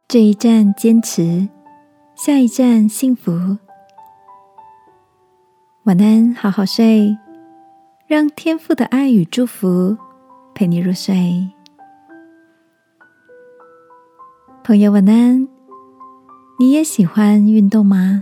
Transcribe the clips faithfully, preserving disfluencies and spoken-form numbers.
这一站坚持，下一站幸福。晚安，好好睡，让天父的爱与祝福陪你入睡。朋友晚安，你也喜欢运动吗？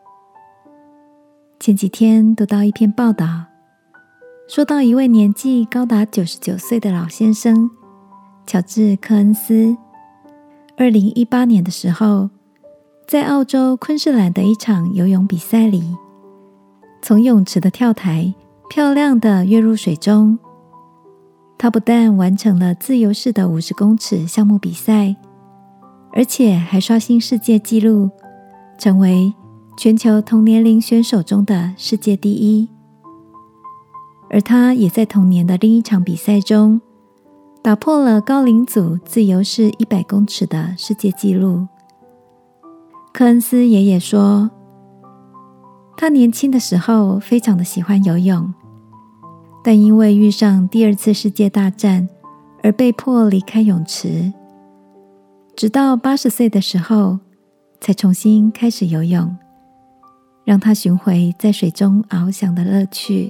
前几天读到一篇报道，说到一位年纪高达九十九岁的老先生乔治·科恩斯，二零一八年的时候，在澳洲昆士兰的一场游泳比赛里，从泳池的跳台漂亮地跃入水中。他不但完成了自由式的五十公尺项目比赛，而且还刷新世界纪录，成为全球同年龄选手中的世界第一。而他也在同年的另一场比赛中打破了高龄组自由式一百公尺的世界纪录。科恩斯爷爷说，他年轻的时候非常的喜欢游泳，但因为遇上第二次世界大战而被迫离开泳池，直到八十岁的时候才重新开始游泳，让他寻回在水中翱翔的乐趣。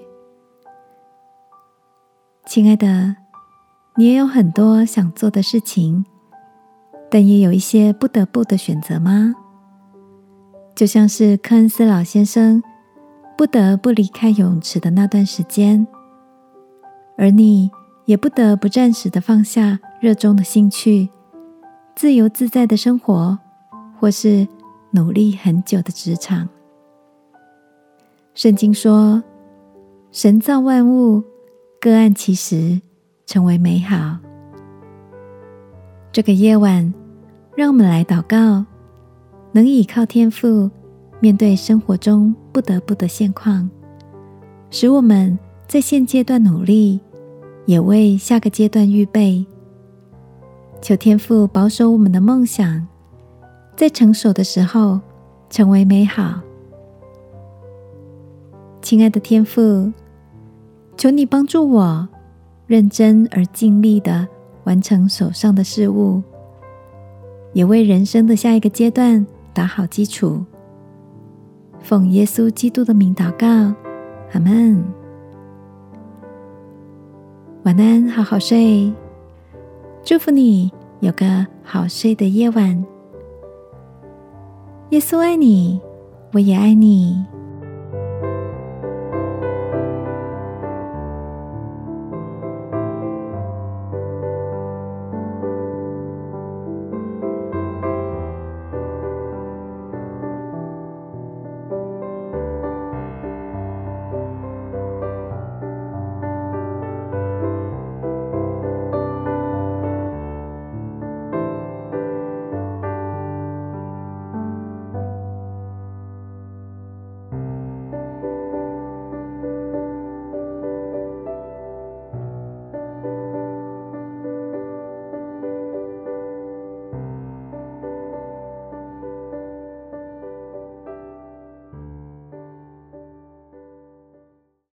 亲爱的，你也有很多想做的事情，但也有一些不得不的选择吗？就像是科恩斯老先生不得不离开泳池的那段时间，而你也不得不暂时的放下热衷的兴趣，自由自在的生活，或是努力很久的职场。圣经说，神造万物，各按其时，成为美好。这个夜晚，让我们来祷告，能倚靠天父，面对生活中不得不的现况，使我们在现阶段努力，也为下个阶段预备。求天父保守我们的梦想，在成熟的时候成为美好。亲爱的天父，求你帮助我认真而尽力地完成手上的事物，也为人生的下一个阶段打好基础。奉耶稣基督的名祷告，阿们。晚安，好好睡，祝福你有个好睡的夜晚。耶稣爱你，我也爱你。